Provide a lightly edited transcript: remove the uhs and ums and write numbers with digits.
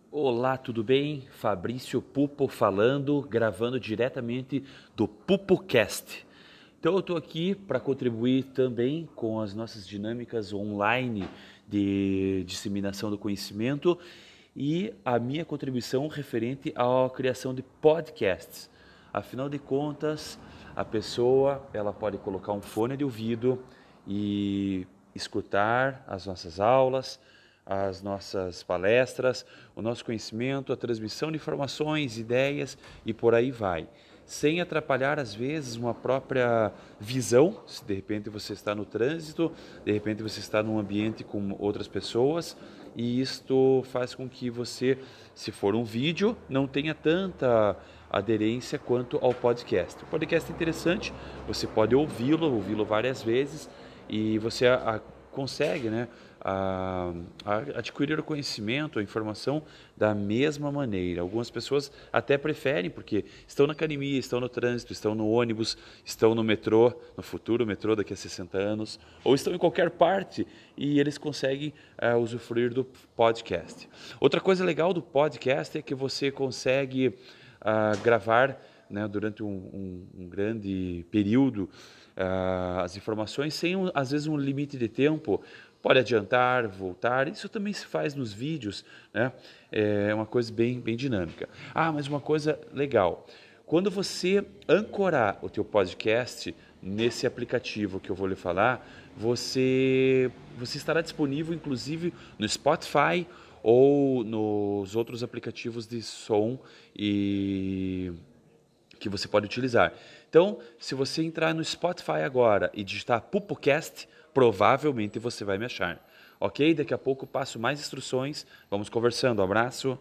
Olá, tudo bem? Fabrício Pupo falando, gravando diretamente do PupoCast. Então eu estou aqui para contribuir também com as nossas dinâmicas online de disseminação do conhecimento e a minha contribuição referente à criação de podcasts. Afinal de contas, a pessoa ela pode colocar um fone de ouvido e escutar as nossas aulas, as nossas palestras, o nosso conhecimento, a transmissão de informações, ideias e por aí vai. Sem atrapalhar, às vezes, uma própria visão, se de repente você está no trânsito, de repente você está num ambiente com outras pessoas, e isto faz com que você, se for um vídeo, não tenha tanta aderência quanto ao podcast. O podcast é interessante, você pode ouvi-lo várias vezes, e você consegue, né, adquirir o conhecimento, a informação da mesma maneira. Algumas pessoas até preferem, porque estão na academia, estão no trânsito, estão no ônibus, estão no metrô, no futuro metrô daqui a 60 anos, ou estão em qualquer parte e eles conseguem usufruir do podcast. Outra coisa legal do podcast é que você consegue gravar, né, durante um grande período as informações sem, às vezes, um limite de tempo. Pode adiantar, voltar, isso também se faz nos vídeos, né? É uma coisa bem dinâmica. Mas uma coisa legal, quando você ancorar o teu podcast nesse aplicativo que eu vou lhe falar, você estará disponível, inclusive, no Spotify ou nos outros aplicativos de som e que você pode utilizar. Então, se você entrar no Spotify agora e digitar PupoCast, provavelmente você vai me achar. Ok? Daqui a pouco passo mais instruções. Vamos conversando. Abraço.